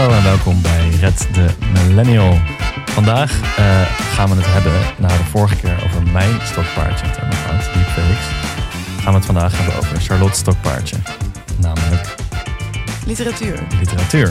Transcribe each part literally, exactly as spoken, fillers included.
Hallo en welkom bij Red de Millennial. Vandaag uh, gaan we het hebben, na de vorige keer over mijn stokpaardje, het hebben gehad, die Felix. Gaan we het vandaag hebben over Charlotte's stokpaardje. Namelijk... Literatuur. Literatuur.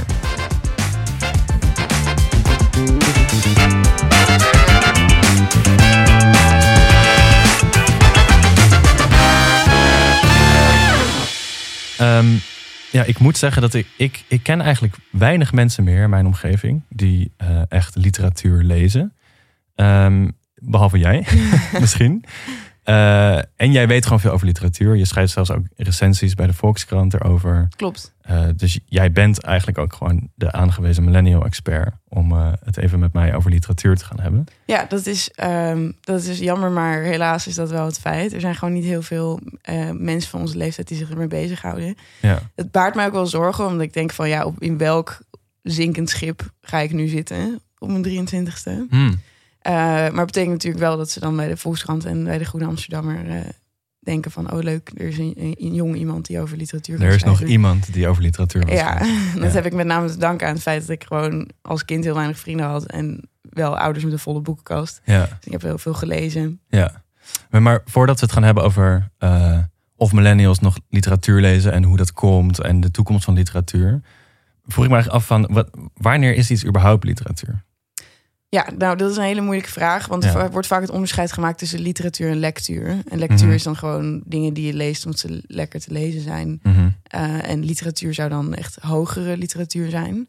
Um, ja, ik moet zeggen dat ik, ik... Ik ken eigenlijk weinig mensen meer in mijn omgeving die uh, echt literatuur lezen. Um, behalve jij, misschien. Uh, en jij weet gewoon veel over literatuur. Je schrijft zelfs ook recensies bij de Volkskrant erover. Klopt. Uh, dus jij bent eigenlijk ook gewoon de aangewezen millennial-expert om uh, het even met mij over literatuur te gaan hebben. Ja, dat is, um, dat is jammer, maar helaas is dat wel het feit. Er zijn gewoon niet heel veel uh, mensen van onze leeftijd die zich ermee bezighouden. Ja. Het baart mij ook wel zorgen, omdat ik denk van ja, op, in welk zinkend schip ga ik nu zitten op mijn drieëntwintigste? Hmm. Uh, maar het betekent natuurlijk wel dat ze dan bij de Volkskrant en bij de Groene Amsterdammer uh, denken van oh leuk, er is een, een jong iemand die over literatuur kan Er is schrijven. nog iemand die over literatuur wil Ja, schrijven. dat Ja. heb ik met name te danken aan het feit dat ik gewoon als kind heel weinig vrienden had en wel ouders met een volle boekenkast. Ja. Dus ik heb heel veel gelezen. Ja. Maar, maar voordat we het gaan hebben over uh, of millennials nog literatuur lezen en hoe dat komt en de toekomst van literatuur, vroeg ik me eigenlijk af van wat, wanneer is iets überhaupt literatuur? Ja, nou, dat is een hele moeilijke vraag. Want Ja. er wordt vaak het onderscheid gemaakt tussen literatuur en lectuur. En lectuur Mm-hmm. is dan gewoon dingen die je leest omdat ze lekker te lezen zijn. Mm-hmm. Uh, en literatuur zou dan echt hogere literatuur zijn.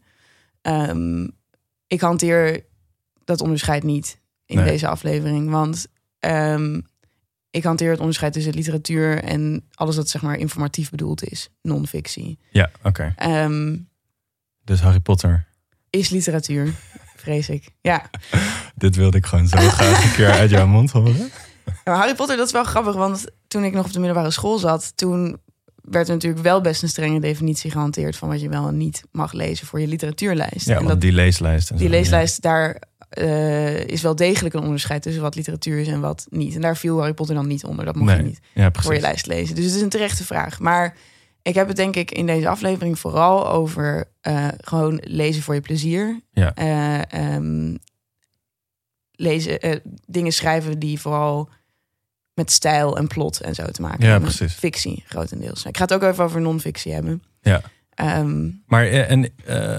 Um, ik hanteer dat onderscheid niet in Nee. deze aflevering. Want um, ik hanteer het onderscheid tussen literatuur en alles wat zeg maar informatief bedoeld is. Non-fictie. Ja, oké. Okay. Um, dus Harry Potter. Is literatuur, vrees ik. Ja. Dit wilde ik gewoon zo graag een keer uit jouw mond horen. Ja, maar Harry Potter, dat is wel grappig, want toen ik nog op de middelbare school zat, toen werd er natuurlijk wel best een strenge definitie gehanteerd van wat je wel en niet mag lezen voor je literatuurlijst. Ja, en want dat, die leeslijst. En die zo, leeslijst, ja. daar uh, is wel degelijk een onderscheid tussen wat literatuur is en wat niet. En daar viel Harry Potter dan niet onder. Dat mocht nee. je niet ja, voor je lijst lezen. Dus het is een terechte vraag. Maar ik heb het denk ik in deze aflevering vooral over uh, gewoon lezen voor je plezier. Ja. Uh, um, lezen, uh, dingen schrijven die vooral met stijl en plot en zo te maken ja, hebben. Precies. Fictie, grotendeels. Ik ga het ook even over non-fictie hebben. Ja. Um, maar en, uh,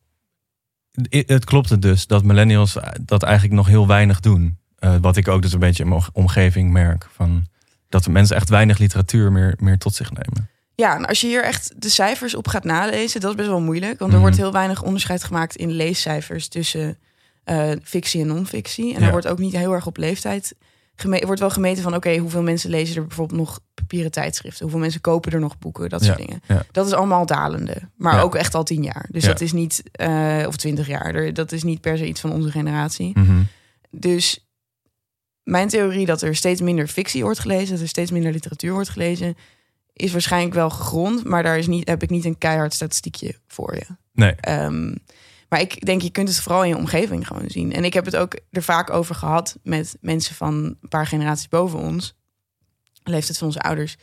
het klopt het dus dat millennials dat eigenlijk nog heel weinig doen. Uh, wat ik ook dus een beetje in mijn omgeving merk. Van dat mensen echt weinig literatuur meer, meer tot zich nemen. Ja, en als je hier echt de cijfers op gaat nalezen, dat is best wel moeilijk. Want er Mm-hmm. wordt heel weinig onderscheid gemaakt in leescijfers tussen uh, fictie en non-fictie. En ja. er wordt ook niet heel erg op leeftijd gemeten. Er wordt wel gemeten van oké, okay, hoeveel mensen lezen er bijvoorbeeld nog papieren tijdschriften? Hoeveel mensen kopen er nog boeken? Dat soort ja. dingen. Ja. Dat is allemaal dalende. Maar ja. ook echt al tien jaar. Dus ja. dat is niet, uh, of twintig jaar. Dat is niet per se iets van onze generatie. Mm-hmm. Dus mijn theorie dat er steeds minder fictie wordt gelezen, dat er steeds minder literatuur wordt gelezen, is waarschijnlijk wel gegrond, maar daar is niet, heb ik niet een keihard statistiekje voor je. Nee. Um, maar ik denk, je kunt het vooral in je omgeving gewoon zien. En ik heb het ook er vaak over gehad met mensen van een paar generaties boven ons, de leeftijd van onze ouders.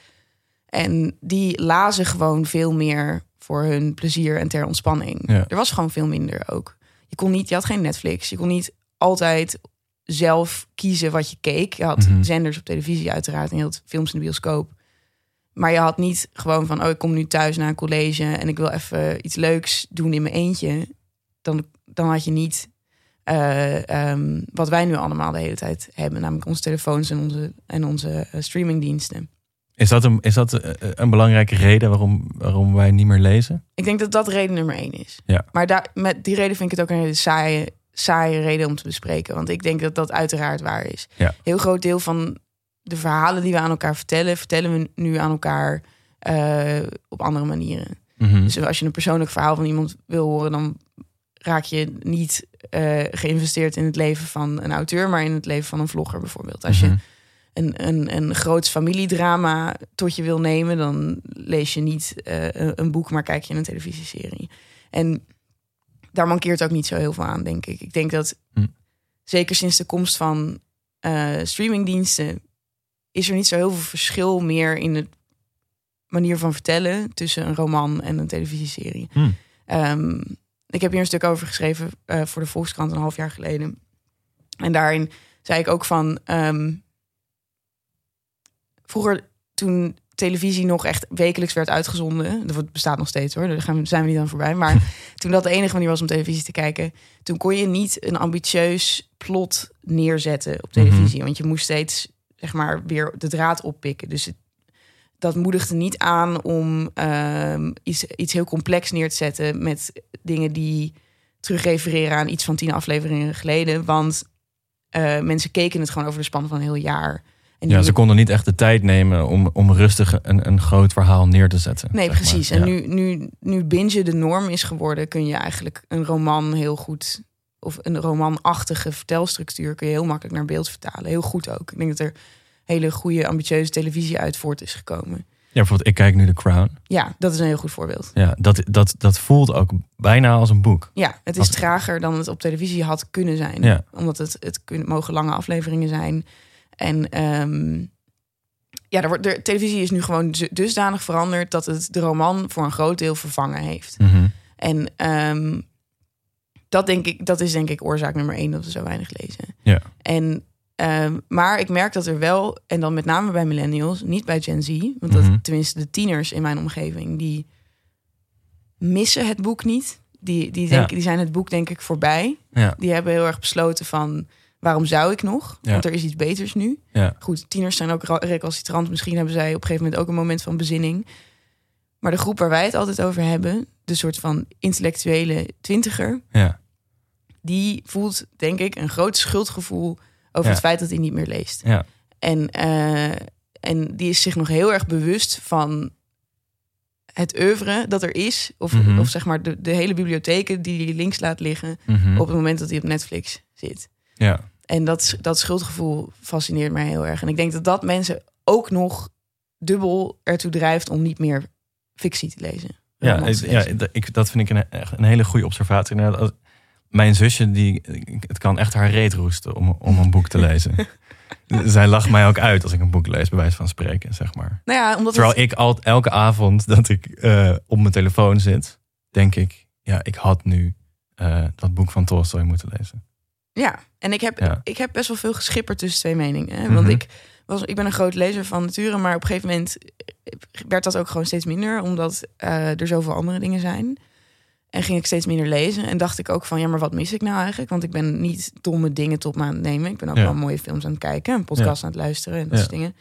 En die lazen gewoon veel meer voor hun plezier en ter ontspanning. Ja. Er was gewoon veel minder ook. Je kon niet, je had geen Netflix, je kon niet altijd zelf kiezen wat je keek. Je had Mm-hmm. zenders op televisie uiteraard en je had films in de bioscoop. Maar je had niet gewoon van, oh, ik kom nu thuis na een college en ik wil even iets leuks doen in mijn eentje. Dan, dan had je niet uh, um, wat wij nu allemaal de hele tijd hebben, namelijk onze telefoons en onze, en onze uh, streamingdiensten. Is dat, een, is dat een belangrijke reden waarom, waarom wij niet meer lezen? Ik denk dat dat reden nummer één is. Ja. Maar daar, met die reden vind ik het ook een hele saaie, saaie reden om te bespreken. Want ik denk dat dat uiteraard waar is. Ja. Heel groot deel van de verhalen die we aan elkaar vertellen, vertellen we nu aan elkaar uh, op andere manieren. Mm-hmm. Dus als je een persoonlijk verhaal van iemand wil horen, dan raak je niet uh, geïnvesteerd in het leven van een auteur, maar in het leven van een vlogger bijvoorbeeld. Als Mm-hmm. je een, een, een groots familiedrama tot je wil nemen, dan lees je niet uh, een boek, maar kijk je een televisieserie. En daar mankeert ook niet zo heel veel aan, denk ik. Ik denk dat Mm. zeker sinds de komst van uh, streamingdiensten is er niet zo heel veel verschil meer in de manier van vertellen tussen een roman en een televisieserie. Mm. Um, ik heb hier een stuk over geschreven uh, voor de Volkskrant een half jaar geleden. En daarin zei ik ook van... Um, vroeger, toen televisie nog echt wekelijks werd uitgezonden... dat bestaat nog steeds hoor, daar gaan we, zijn we niet aan voorbij... maar toen dat de enige manier was om televisie te kijken... toen kon je niet een ambitieus plot neerzetten op televisie. Mm-hmm. Want je moest steeds zeg maar weer de draad oppikken. Dus het, dat moedigde niet aan om um, iets, iets heel complex neer te zetten... met dingen die terugrefereren aan iets van tien afleveringen geleden. Want uh, mensen keken het gewoon over de span van een heel jaar... En ja, nu... ze konden niet echt de tijd nemen om, om rustig een, een groot verhaal neer te zetten. Nee, zeg precies. maar. En ja. nu, nu, nu binge de norm is geworden... kun je eigenlijk een roman heel goed... of een romanachtige vertelstructuur... kun je heel makkelijk naar beeld vertalen. Heel goed ook. Ik denk dat er hele goede, ambitieuze televisie uit voort is gekomen. Ja, bijvoorbeeld, ik kijk nu The Crown. Ja, dat is een heel goed voorbeeld. Ja, dat, dat, dat voelt ook bijna als een boek. Ja, het is als... trager dan het op televisie had kunnen zijn. Ja. Omdat het, het kunnen, mogen lange afleveringen zijn... En um, ja, er wordt, de televisie is nu gewoon dusdanig veranderd... dat het de roman voor een groot deel vervangen heeft. Mm-hmm. En um, dat, denk ik, dat is denk ik oorzaak nummer één... dat we zo weinig lezen. Ja. En, um, maar ik merk dat er wel, en dan met name bij millennials... niet bij Gen Z, want dat, mm-hmm. tenminste de tieners in mijn omgeving... die missen het boek niet. Die, die, denk, ja. die zijn het boek denk ik voorbij. Ja. Die hebben heel erg besloten van... waarom zou ik nog? Ja. Want er is iets beters nu. Ja. Goed, tieners zijn ook recalcitrant. Misschien hebben zij op een gegeven moment ook een moment van bezinning. Maar de groep waar wij het altijd over hebben... de soort van intellectuele twintiger... Ja. die voelt, denk ik, een groot schuldgevoel... over ja. het feit dat hij niet meer leest. Ja. En, uh, en die is zich nog heel erg bewust van... het oeuvre dat er is... of, mm-hmm. of zeg maar de, de hele bibliotheken die hij links laat liggen... Mm-hmm. op het moment dat hij op Netflix zit. Ja. En dat, dat schuldgevoel fascineert mij heel erg. En ik denk dat dat mensen ook nog dubbel ertoe drijft... om niet meer fictie te lezen. Ja, ik, ja ik, dat vind ik een, een hele goede observatie. Mijn zusje, die, het kan echt haar reet roesten om, om een boek te lezen. Zij lacht mij ook uit als ik een boek lees, bij wijze van spreken, zeg maar. Nou ja, omdat Terwijl het... ik al, elke avond dat ik uh, op mijn telefoon zit... denk ik, ja, ik had nu uh, dat boek van Tolstoy moeten lezen. Ja, en ik heb, ja. ik heb best wel veel geschipperd tussen twee meningen. Hè? Mm-hmm. Want ik, was, ik ben een groot lezer van nature... maar op een gegeven moment werd dat ook gewoon steeds minder... omdat uh, er zoveel andere dingen zijn... En ging ik steeds minder lezen. En dacht ik ook van, ja, maar wat mis ik nou eigenlijk? Want ik ben niet domme dingen tot me aan het nemen. Ik ben ook ja. wel mooie films aan het kijken. Een podcast ja. aan het luisteren en dat ja. soort dingen.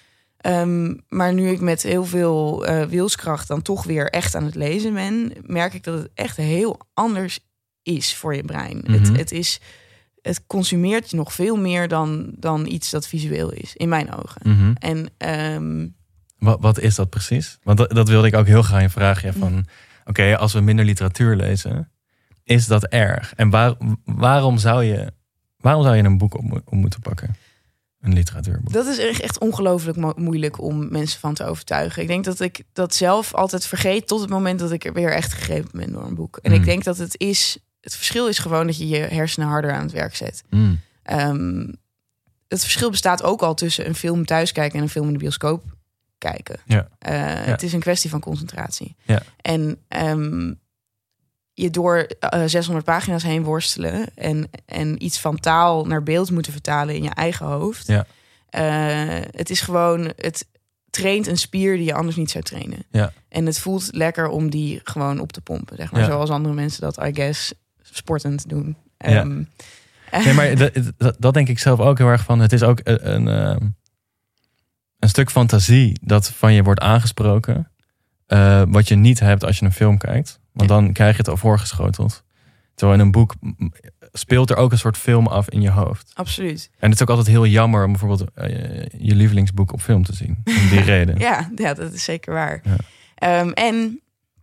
Um, maar nu ik met heel veel uh, wilskracht dan toch weer echt aan het lezen ben... merk ik dat het echt heel anders is voor je brein. Mm-hmm. Het, het, is, het consumeert je nog veel meer dan, dan iets dat visueel is. In mijn ogen. Mm-hmm. En, um... wat, wat is dat precies? Want dat, dat wilde ik ook heel graag je vragen. Ja, van... Mm. Oké, okay, als we minder literatuur lezen, is dat erg? En waar, waarom, zou je, waarom zou je een boek op, op moeten pakken? Een literatuurboek. Dat is echt, echt ongelooflijk mo- moeilijk om mensen van te overtuigen. Ik denk dat ik dat zelf altijd vergeet tot het moment dat ik er weer echt gegrepen ben door een boek. En mm. ik denk dat het is... Het verschil is gewoon dat je je hersenen harder aan het werk zet. Mm. Um, het verschil bestaat ook al tussen een film thuis kijken en een film in de bioscoop kijken. Ja. Uh, ja. Het is een kwestie van concentratie. Ja. En um, je door uh, zeshonderd pagina's heen worstelen... En, en iets van taal naar beeld moeten vertalen in je eigen hoofd. Ja. Uh, het is gewoon... Het traint een spier die je anders niet zou trainen. Ja. En het voelt lekker om die gewoon op te pompen. Zeg maar, ja. Zoals andere mensen dat, I guess, sportend doen. Ja. Um, nee, maar dat, dat, dat denk ik zelf ook heel erg van. Het is ook een... een uh... een stuk fantasie dat van je wordt aangesproken... Uh, wat je niet hebt als je een film kijkt. Want ja. dan krijg je het al voorgeschoteld. Terwijl in een boek speelt er ook een soort film af in je hoofd. Absoluut. En het is ook altijd heel jammer om bijvoorbeeld uh, je lievelingsboek op film te zien. Om die reden. Ja, ja, dat is zeker waar. Ja. Um, en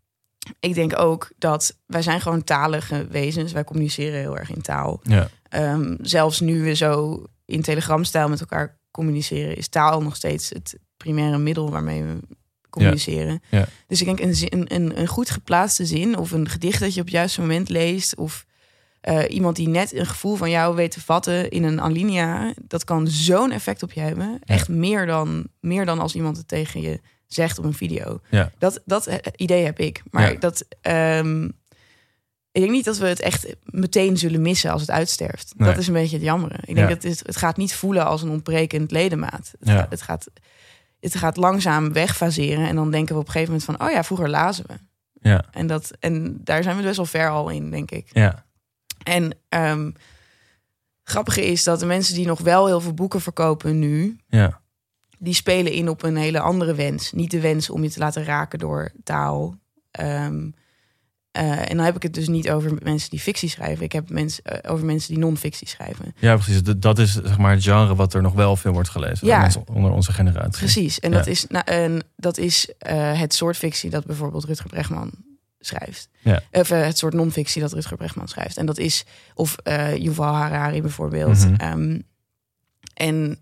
ik denk ook dat wij zijn gewoon talige wezens. Wij communiceren heel erg in taal. Ja. Um, zelfs nu we zo in telegramstijl met elkaar communiceren... is taal nog steeds het primaire middel waarmee we communiceren. Ja. Ja. Dus ik denk een, zin, een, een goed geplaatste zin... of een gedicht dat je op het juiste moment leest... of uh, iemand die net een gevoel van jou weet te vatten in een alinea... dat kan zo'n effect op je hebben. Ja. Echt meer dan, meer dan als iemand het tegen je zegt op een video. Ja. Dat, dat idee heb ik. Maar ja. dat... Um, Ik denk niet dat we het echt meteen zullen missen als het uitsterft. Nee. Dat is een beetje het jammere. Ik denk Ja. dat het, het gaat niet voelen als een ontbrekend ledemaat. Het, Ja. gaat, het, gaat, het gaat langzaam wegfaseren. En dan denken we op een gegeven moment van... oh ja, vroeger lazen we. Ja. En, dat, en daar zijn we best wel ver al in, denk ik. Ja. En um, het grappige is dat de mensen die nog wel heel veel boeken verkopen nu... Ja. die spelen in op een hele andere wens. Niet de wens om je te laten raken door taal... Um, Uh, en dan heb ik het dus niet over mensen die fictie schrijven. Ik heb het uh, over mensen die non-fictie schrijven. Ja, precies. Dat is zeg maar het genre wat er nog wel veel wordt gelezen. Ja. Mensen onder onze generatie. Precies. En ja. dat is, nou, uh, dat is uh, het soort fictie dat bijvoorbeeld Rutger Bregman schrijft. Ja. Of uh, het soort non-fictie dat Rutger Bregman schrijft. En dat is, of uh, Yuval Harari bijvoorbeeld. Mm-hmm. Um, en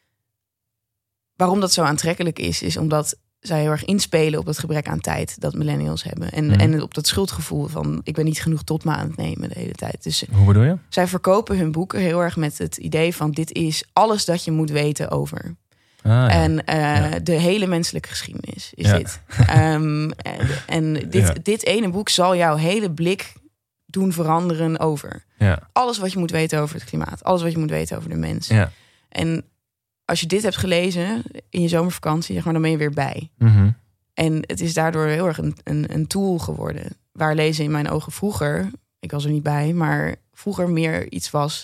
waarom dat zo aantrekkelijk is, is omdat... zij heel erg inspelen op dat gebrek aan tijd dat millennials hebben. En, mm. en op dat schuldgevoel van... ik ben niet genoeg tot me aan het nemen de hele tijd. Dus hoe bedoel je? Zij verkopen hun boeken heel erg met het idee van... dit is alles dat je moet weten over. Ah, ja. En uh, ja. de hele menselijke geschiedenis is ja. dit. Um, en en dit, ja. dit ene boek zal jouw hele blik doen veranderen over. Ja. Alles wat je moet weten over het klimaat. Alles wat je moet weten over de mens. Ja. En... als je dit hebt gelezen in je zomervakantie, zeg maar, dan ben je weer bij. Mm-hmm. En het is daardoor heel erg een, een, een tool geworden. Waar lezen in mijn ogen vroeger, ik was er niet bij, maar vroeger meer iets was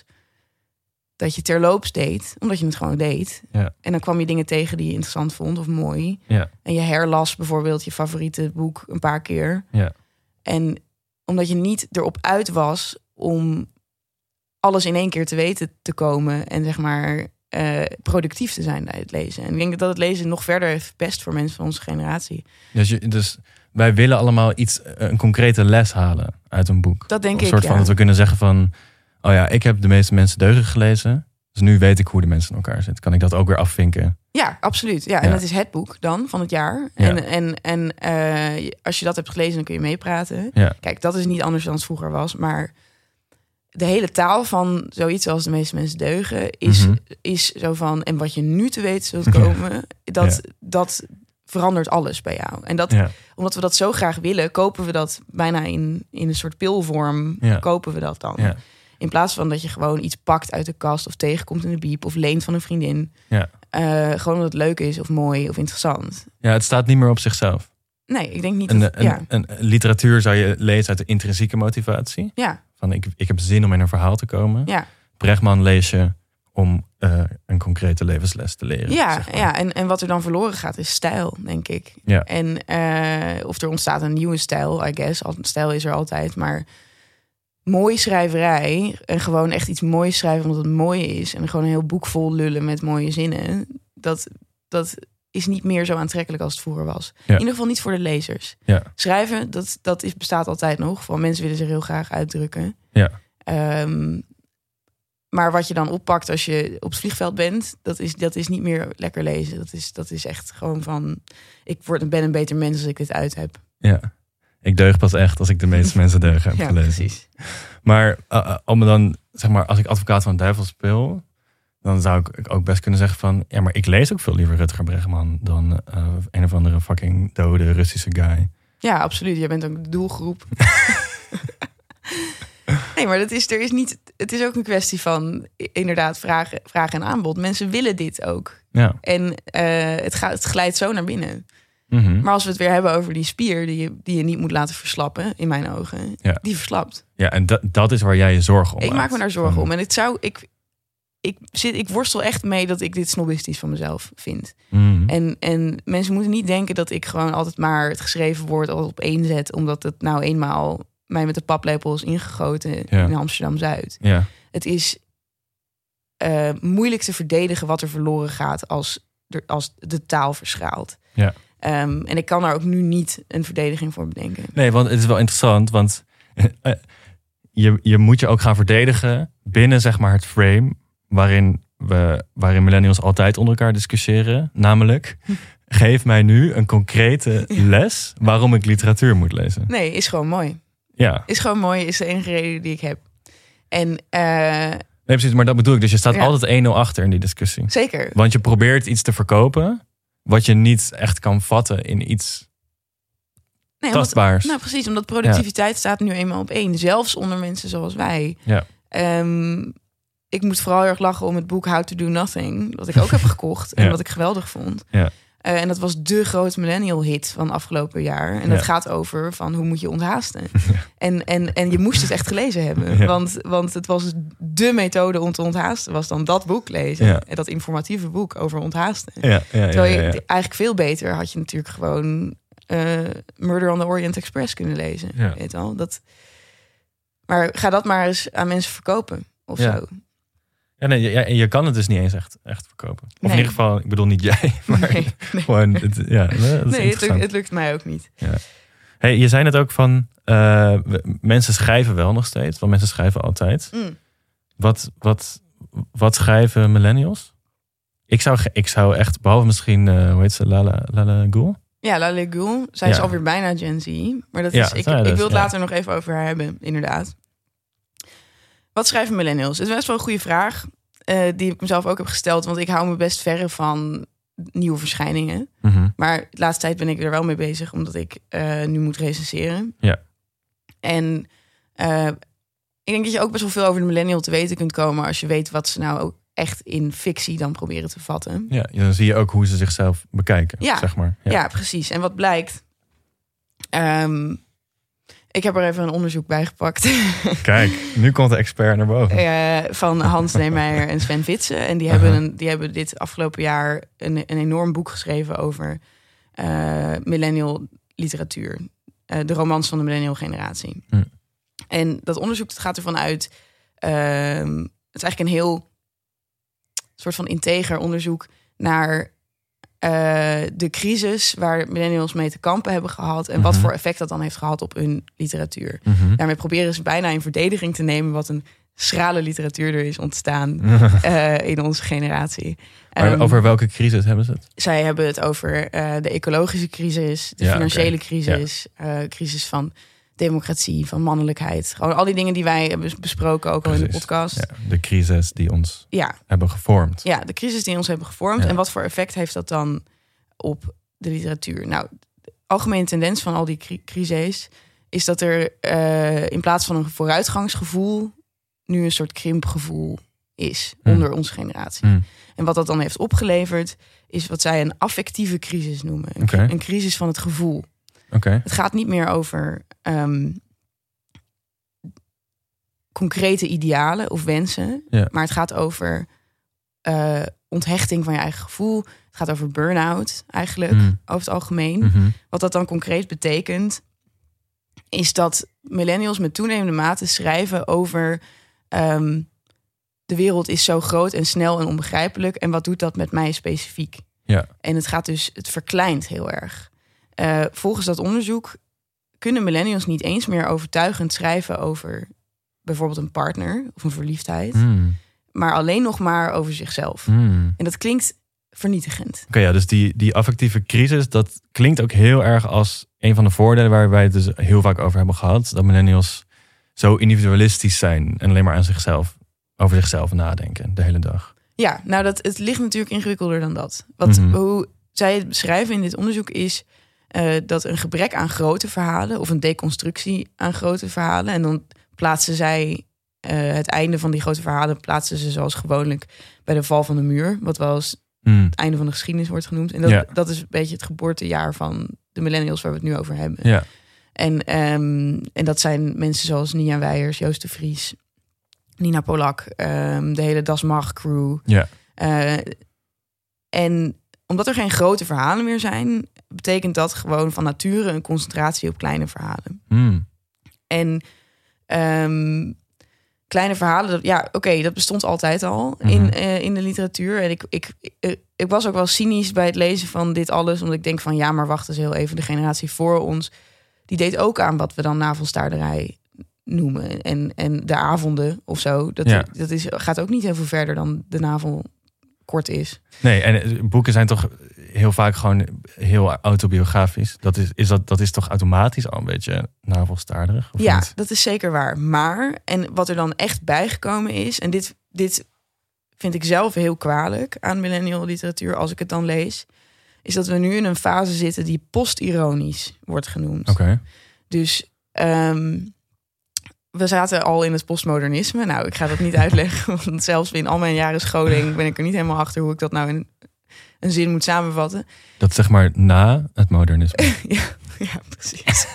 dat je terloops deed, omdat je het gewoon deed. Ja. En dan kwam je dingen tegen die je interessant vond of mooi. Ja. En je herlas bijvoorbeeld je favoriete boek een paar keer. Ja. En omdat je niet erop uit was om alles in één keer te weten te komen en zeg maar... Uh, productief te zijn bij het lezen. En ik denk dat het lezen nog verder heeft verpest voor mensen van onze generatie. Dus, je, dus wij willen allemaal iets, een concrete les halen uit een boek. Dat denk een ik, soort ja. van dat we kunnen zeggen van... oh ja, ik heb de meeste mensen deugen gelezen. Dus nu weet ik hoe de mensen in elkaar zitten. Kan ik dat ook weer afvinken? Ja, absoluut. Ja, en ja. dat is het boek dan van het jaar. Ja. En, en, en uh, als je dat hebt gelezen, dan kun je meepraten. Ja. Kijk, dat is niet anders dan het vroeger was. Maar de hele taal van zoiets als de meeste mensen deugen... is, mm-hmm. is zo van... en wat je nu te weten zult komen... Ja. Dat, ja. dat verandert alles bij jou. En dat, ja. omdat we dat zo graag willen... kopen we dat bijna in, in een soort pilvorm. Ja. Kopen we dat dan. Ja. In plaats van dat je gewoon iets pakt uit de kast... of tegenkomt in de bieb of leent van een vriendin. Ja. Uh, gewoon omdat het leuk is of mooi of interessant. Ja, het staat niet meer op zichzelf. Nee, ik denk niet een, dat... een, ja. een, een literatuur zou je lezen uit de intrinsieke motivatie. Ja. Van ik, ik heb zin om in een verhaal te komen. Ja. Bregman lees je om uh, een concrete levensles te leren. Ja, zeg maar. ja. En, en wat er dan verloren gaat is stijl, denk ik. Ja. En uh, of er ontstaat een nieuwe stijl, I guess. Stijl is er altijd, maar mooi schrijverij en gewoon echt iets moois schrijven omdat het mooi is en gewoon een heel boek vol lullen met mooie zinnen. Dat, dat is niet meer zo aantrekkelijk als het vroeger was. Ja. In ieder geval niet voor de lezers. Ja. Schrijven, dat, dat is, bestaat altijd nog. Van mensen willen zich heel graag uitdrukken. Ja. Um, maar wat je dan oppakt als je op het vliegveld bent, dat is, dat is niet meer lekker lezen. Dat is, dat is echt gewoon van, ik word, ben een beter mens als ik dit uit heb. Ja, ik deug pas echt als ik de meeste mensen deugen heb ja, gelezen. Precies. Maar uh, om me dan, zeg maar, als ik advocaat van de duivel speel, dan zou ik ook best kunnen zeggen van, ja, maar ik lees ook veel liever Rutger Bregman dan uh, een of andere fucking dode Russische guy. Ja, absoluut. Jij bent ook de doelgroep. Nee, maar dat is, er is niet, het is ook een kwestie van inderdaad vraag, vraag en aanbod. Mensen willen dit ook. Ja. En uh, het, gaat, het glijdt zo naar binnen. Mm-hmm. Maar als we het weer hebben over die spier die je, die je niet moet laten verslappen, in mijn ogen, ja. die verslapt. Ja, en dat, dat is waar jij je zorgen om Ik maakt. maak me daar zorgen om. En het zou, ik, ik, zit, ik worstel echt mee dat ik dit snobistisch van mezelf vind. Mm-hmm. En, en mensen moeten niet denken dat ik gewoon altijd maar het geschreven woord altijd op één zet, omdat het nou eenmaal mij met de paplepel is ingegoten ja. in Amsterdam-Zuid. Ja. Het is uh, moeilijk te verdedigen wat er verloren gaat als, er, als de taal verschaalt. Ja. Um, en ik kan daar ook nu niet een verdediging voor bedenken. Nee, want het is wel interessant, want uh, je, je moet je ook gaan verdedigen binnen zeg maar het frame waarin we, waarin millennials altijd onder elkaar discussiëren. Namelijk, geef mij nu een concrete les waarom ik literatuur moet lezen. Nee, is gewoon mooi. Ja. Is gewoon mooi, is de enige reden die ik heb. En uh, nee, precies, maar dat bedoel ik. Dus je staat ja. altijd één nul achter in die discussie. Zeker. Want je probeert iets te verkopen wat je niet echt kan vatten in iets Nee, tastbaars. Omdat, nou, precies, omdat productiviteit ja. staat nu eenmaal op één. Zelfs onder mensen zoals wij. Ja. Um, ik moet vooral heel erg lachen om het boek How to Do Nothing. Dat ik ook heb gekocht en ja. wat ik geweldig vond. Ja. Uh, en dat was de grote millennial hit van afgelopen jaar. En dat ja. gaat over van hoe moet je onthaasten. Ja. En, en, en je moest het echt gelezen hebben. Ja. Want, want het was de methode om te onthaasten. Was dan dat boek lezen. Ja. En dat informatieve boek over onthaasten. Ja. Ja, ja, Terwijl je ja, ja. eigenlijk veel beter had je natuurlijk gewoon uh, Murder on the Orient Express kunnen lezen. Ja. Weet al? Dat, maar ga dat maar eens aan mensen verkopen. Of ja. zo. Ja, nee, ja, en je kan het dus niet eens echt, echt verkopen. Of nee. in ieder geval, ik bedoel niet jij, maar nee, nee. gewoon, het, ja, dat is nee, het lukt, het lukt mij ook niet. Ja. Hey, je zei net ook van, uh, mensen schrijven wel nog steeds, want mensen schrijven altijd. Mm. Wat, wat, wat schrijven millennials? Ik zou, ik zou echt, behalve misschien, uh, hoe heet ze, Lala, Lala Gul? Ja, Lala Gul. Zij is ja. alweer bijna Gen Z. Maar dat is, ja, ik, ja, ik wil het ja. later nog even over haar hebben, inderdaad. Wat schrijven millennials? Het is best wel een goede vraag. Uh, die ik mezelf ook heb gesteld. Want ik hou me best verre van nieuwe verschijningen. Mm-hmm. Maar de laatste tijd ben ik er wel mee bezig. Omdat ik uh, nu moet recenseren. Ja. En uh, ik denk dat je ook best wel veel over de millennial te weten kunt komen. Als je weet wat ze nou ook echt in fictie dan proberen te vatten. Ja, dan zie je ook hoe ze zichzelf bekijken. Ja, zeg maar. Ja, ja precies. En wat blijkt... Um, Ik heb er even een onderzoek bij gepakt. Kijk, nu komt de expert naar boven. Uh, van Hans Neemeijer en Sven Vitsen. En die, uh-huh. hebben een, die hebben dit afgelopen jaar een, een enorm boek geschreven over uh, millennial literatuur. Uh, de romans van de millennial generatie. Mm. En dat onderzoek dat gaat ervan uit... Uh, het is eigenlijk een heel soort van integer onderzoek naar... Uh, de crisis waar millennials mee te kampen hebben gehad... en mm-hmm. wat voor effect dat dan heeft gehad op hun literatuur. Mm-hmm. Daarmee proberen ze bijna in verdediging te nemen... wat een schrale literatuur er is ontstaan uh, in onze generatie. Um, over welke crisis hebben ze het? Zij hebben het over uh, de ecologische crisis... de ja, financiële okay. crisis, ja. uh, crisis van democratie, van mannelijkheid. Gewoon al die dingen die wij hebben besproken, ook Precies. al in de podcast. Ja, de crisis die ons ja. hebben gevormd. Ja, de crisis die ons hebben gevormd. Ja. En wat voor effect heeft dat dan op de literatuur? Nou, de algemene tendens van al die cri- crises is dat er uh, in plaats van een vooruitgangsgevoel nu een soort krimpgevoel is mm. onder onze generatie. Mm. En wat dat dan heeft opgeleverd is wat zij een affectieve crisis noemen. Een, okay. een crisis van het gevoel. Okay. Het gaat niet meer over um, concrete idealen of wensen. Ja. Maar het gaat over uh, onthechting van je eigen gevoel. Het gaat over burn-out eigenlijk, mm. over het algemeen. Mm-hmm. Wat dat dan concreet betekent... is dat millennials met toenemende mate schrijven over... Um, de wereld is zo groot en snel en onbegrijpelijk... en wat doet dat met mij specifiek? Ja. En het gaat dus, het verkleint heel erg... Uh, volgens dat onderzoek kunnen millennials niet eens meer overtuigend schrijven over bijvoorbeeld een partner of een verliefdheid, mm. maar alleen nog maar over zichzelf. Mm. En dat klinkt vernietigend. Oké, okay, ja, dus die, die affectieve crisis, dat klinkt ook heel erg als een van de voordelen waar wij het dus heel vaak over hebben gehad, dat millennials zo individualistisch zijn en alleen maar aan zichzelf, over zichzelf nadenken de hele dag. Ja, nou dat het ligt natuurlijk ingewikkelder dan dat. Wat mm-hmm. hoe zij het beschrijven in dit onderzoek is Uh, dat een gebrek aan grote verhalen... of een deconstructie aan grote verhalen... en dan plaatsen zij uh, het einde van die grote verhalen... plaatsen ze zoals gewoonlijk bij de val van de muur... wat wel eens mm. het einde van de geschiedenis wordt genoemd. En dat, ja. dat is een beetje het geboortejaar van de millennials... waar we het nu over hebben. Ja. En, um, en dat zijn mensen zoals Nia Weijers, Joost de Vries... Nina Polak, um, de hele Das Mag crew. Ja. Uh, en omdat er geen grote verhalen meer zijn... betekent dat gewoon van nature een concentratie op kleine verhalen. Mm. En um, kleine verhalen, dat, ja, oké, okay, dat bestond altijd al mm-hmm. in, uh, in de literatuur. En ik, ik, ik, ik was ook wel cynisch bij het lezen van dit alles... omdat ik denk van, ja, maar wacht eens heel even... de generatie voor ons, die deed ook aan wat we dan navelstaarderij noemen. En, en de avonden of zo, dat, ja. dat is, gaat ook niet heel veel verder dan de navel kort is. Nee, en boeken zijn toch heel vaak gewoon heel autobiografisch. Dat is, is dat, dat is toch automatisch al een beetje navelstaarderig? Of ja, niet? Dat is zeker waar. Maar, en wat er dan echt bijgekomen is... en dit, dit vind ik zelf heel kwalijk aan millennial literatuur... als ik het dan lees... is dat we nu in een fase zitten die postironisch wordt genoemd. Oké. Okay. Dus um, we zaten al in het postmodernisme. Nou, ik ga dat niet uitleggen, want zelfs in al mijn jaren scholing ben ik er niet helemaal achter hoe ik dat nou in een zin moet samenvatten. Dat zeg maar na het modernisme. ja, ja, precies.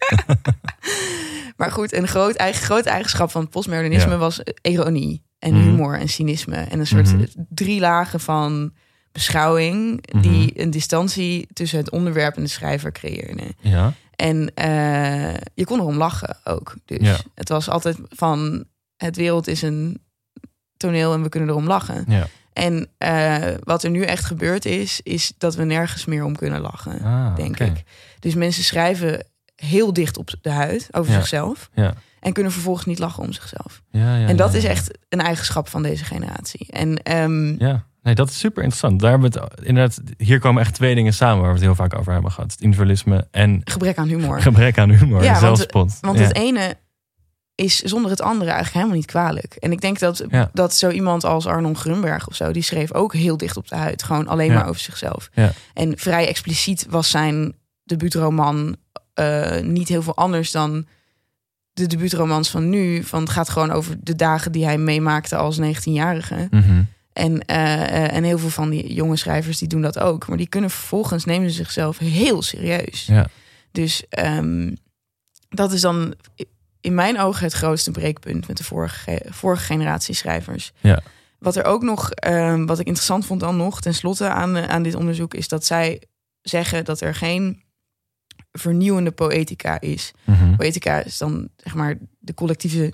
Maar goed, een groot, eigen, groot eigenschap van het postmodernisme ja. was ironie en mm-hmm. humor en cynisme. En een soort mm-hmm. drie lagen van beschouwing die mm-hmm. een distantie tussen het onderwerp en de schrijver creëerde. Ja. En uh, je kon erom lachen ook. Dus ja. het was altijd van het wereld is een toneel en we kunnen erom lachen. Ja. En uh, wat er nu echt gebeurd is, is dat we nergens meer om kunnen lachen, ah, denk okay. ik. Dus mensen schrijven heel dicht op de huid over ja. zichzelf. Ja. En kunnen vervolgens niet lachen om zichzelf. Ja, ja, en dat ja, ja. is echt een eigenschap van deze generatie. En um, ja, nee, dat is super interessant. Daar hebben we het inderdaad. Hier komen echt twee dingen samen waar we het heel vaak over hebben gehad: het individualisme en gebrek aan humor. Gebrek aan humor. Ja, zelfspot. Want, want ja. het ene is zonder het andere eigenlijk helemaal niet kwalijk. En ik denk dat, ja. dat zo iemand als Arnon Grunberg of zo, die schreef ook heel dicht op de huid, gewoon alleen ja. maar over zichzelf. Ja. En vrij expliciet was zijn debuutroman uh, niet heel veel anders dan de debuutromans van nu. Van het gaat gewoon over de dagen die hij meemaakte als negentienjarige. Mm-hmm. En, uh, en heel veel van die jonge schrijvers die doen dat ook. Maar die kunnen vervolgens, nemen ze zichzelf heel serieus. Ja. Dus um, dat is dan in mijn ogen het grootste breekpunt met de vorige, vorige generatie schrijvers. Ja. Wat er ook nog, um, wat ik interessant vond dan nog, ten slotte aan, aan dit onderzoek, is dat zij zeggen dat er geen vernieuwende poëtica is. Mm-hmm. Poëtica is dan zeg maar de collectieve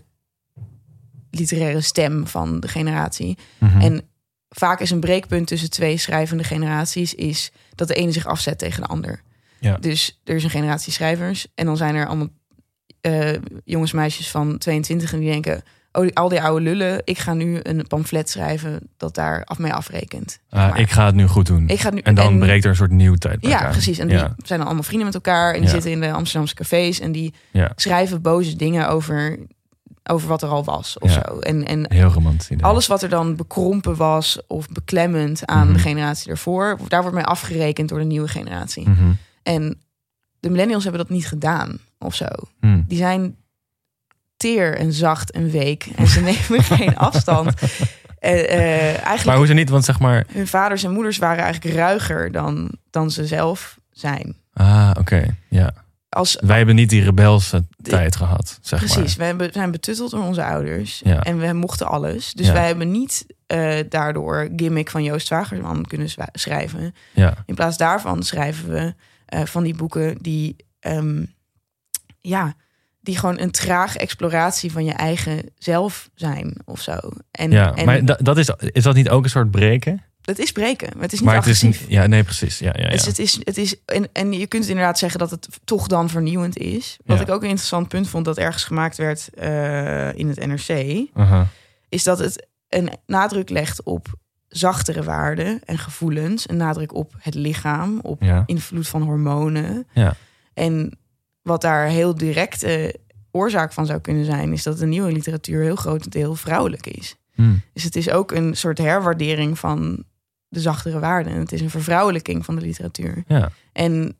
literaire stem van de generatie. Mm-hmm. En vaak is een breekpunt tussen twee schrijvende generaties is dat de ene zich afzet tegen de ander. Ja. Dus er is een generatie schrijvers en dan zijn er allemaal uh, jongens, meisjes van tweeëntwintig en die denken, oh, al die oude lullen, ik ga nu een pamflet schrijven dat daar af mee afrekent. Ah, maar. Ik ga het nu goed doen. Ik ga het nu, en dan en, breekt er een soort nieuw tijdperk Ja, aan. precies. En ja. die zijn dan allemaal vrienden met elkaar en die ja. zitten in de Amsterdamse cafés en die ja. schrijven boze dingen over, over wat er al was of ja. zo. En, en heel romantisch idee. Alles wat er dan bekrompen was of beklemmend aan mm-hmm. de generatie daarvoor, daar wordt mee afgerekend door de nieuwe generatie. Mm-hmm. En de millennials hebben dat niet gedaan of zo. Mm. Die zijn teer en zacht en week en ze nemen geen afstand. Uh, uh, eigenlijk, maar hoe ze niet, want zeg maar, hun vaders en moeders waren eigenlijk ruiger dan, dan ze zelf zijn. Ah, oké, okay. ja. Als, Wij hebben niet die rebelse tijd gehad, zeg precies, maar. wij hebben, zijn betutteld door onze ouders. Ja. En we mochten alles. Dus ja. wij hebben niet uh, daardoor Gimmick van Joost Zwagerman kunnen zwa- schrijven. Ja. In plaats daarvan schrijven we uh, van die boeken die... Um, ja, die gewoon een trage exploratie van je eigen zelf zijn of zo. En, ja, en maar da- dat is, is dat niet ook een soort breken? Het is breken, maar het is niet maar het agressief. Is, ja, nee, precies. Ja, ja, ja. Dus het is, het is, en, en je kunt inderdaad zeggen dat het toch dan vernieuwend is. Wat ja. ik ook een interessant punt vond dat ergens gemaakt werd uh, in het N R C... Uh-huh. is dat het een nadruk legt op zachtere waarden en gevoelens. Een nadruk op het lichaam, op ja. invloed van hormonen. Ja. En wat daar heel directe oorzaak van zou kunnen zijn, is dat de nieuwe literatuur heel grotendeel vrouwelijk is. Hmm. Dus het is ook een soort herwaardering van de zachtere waarden. Het is een vervrouwelijking van de literatuur. Ja. En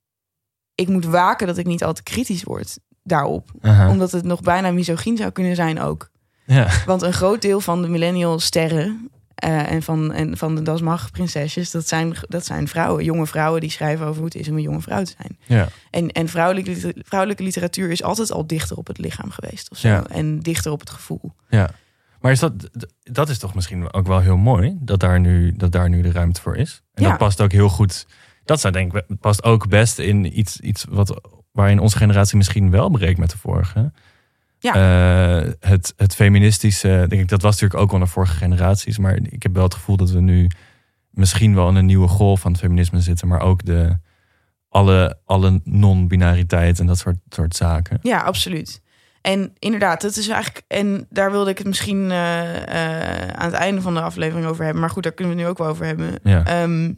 ik moet waken dat ik niet al te kritisch word daarop. Uh-huh. Omdat het nog bijna misogyn zou kunnen zijn ook. Ja. Want een groot deel van de millennial sterren uh, en, van, en van de Das Mag prinsesjes, dat zijn, dat zijn vrouwen, jonge vrouwen die schrijven over hoe het is om een jonge vrouw te zijn. Ja. En, en vrouwelijke, vrouwelijke literatuur is altijd al dichter op het lichaam geweest of zo. Ja. En dichter op het gevoel. Ja. Maar is dat, dat is toch misschien ook wel heel mooi dat daar nu, dat daar nu de ruimte voor is. En ja. dat past ook heel goed. Dat zou denk ik past ook best in iets, iets wat, waarin onze generatie misschien wel breekt met de vorige. Ja. Uh, het, het feministische, denk ik, dat was natuurlijk ook wel naar vorige generaties. Maar ik heb wel het gevoel dat we nu misschien wel in een nieuwe golf van het feminisme zitten. Maar ook de alle, alle non-binariteit en dat soort, soort zaken. Ja, absoluut. En inderdaad, dat is eigenlijk. En daar wilde ik het misschien uh, uh, aan het einde van de aflevering over hebben. Maar goed, daar kunnen we het nu ook wel over hebben. Ja. Um,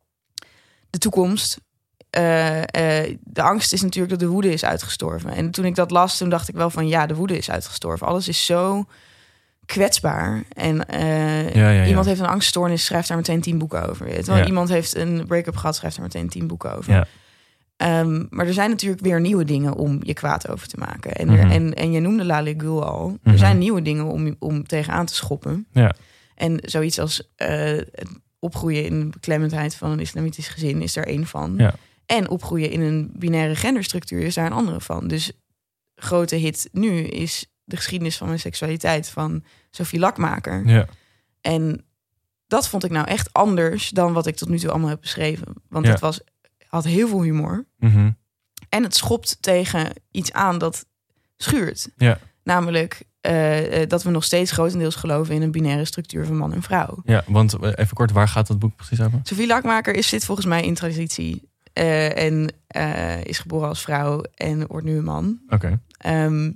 de toekomst. Uh, uh, de angst is natuurlijk dat de woede is uitgestorven. En toen ik dat las, toen dacht ik wel van ja, de woede is uitgestorven. Alles is zo kwetsbaar. En uh, ja, ja, ja. iemand heeft een angststoornis, schrijft daar meteen tien boeken over. Terwijl Ja. iemand heeft een break-up gehad, schrijft daar meteen tien boeken over. Ja. Um, maar er zijn natuurlijk weer nieuwe dingen om je kwaad over te maken. En, er, Mm-hmm. en, en je noemde Lale Gül al. Er Mm-hmm. zijn nieuwe dingen om, om tegenaan te schoppen. Ja. En zoiets als uh, het opgroeien in de beklemmendheid van een islamitisch gezin is er één van. Ja. En opgroeien in een binaire genderstructuur is daar een andere van. Dus grote hit nu is de geschiedenis van mijn seksualiteit van Sophie Lakmaker. Ja. En dat vond ik nou echt anders dan wat ik tot nu toe allemaal heb beschreven. Want Ja. het was, had heel veel humor. Mm-hmm. En het schopt tegen iets aan dat schuurt. Ja. Namelijk uh, dat we nog steeds grotendeels geloven in een binaire structuur van man en vrouw. Ja, want even kort, waar gaat dat boek precies over? Sophie Lakmaker is, zit volgens mij in transitie. Uh, en uh, is geboren als vrouw en wordt nu een man. Oké. Okay. Um,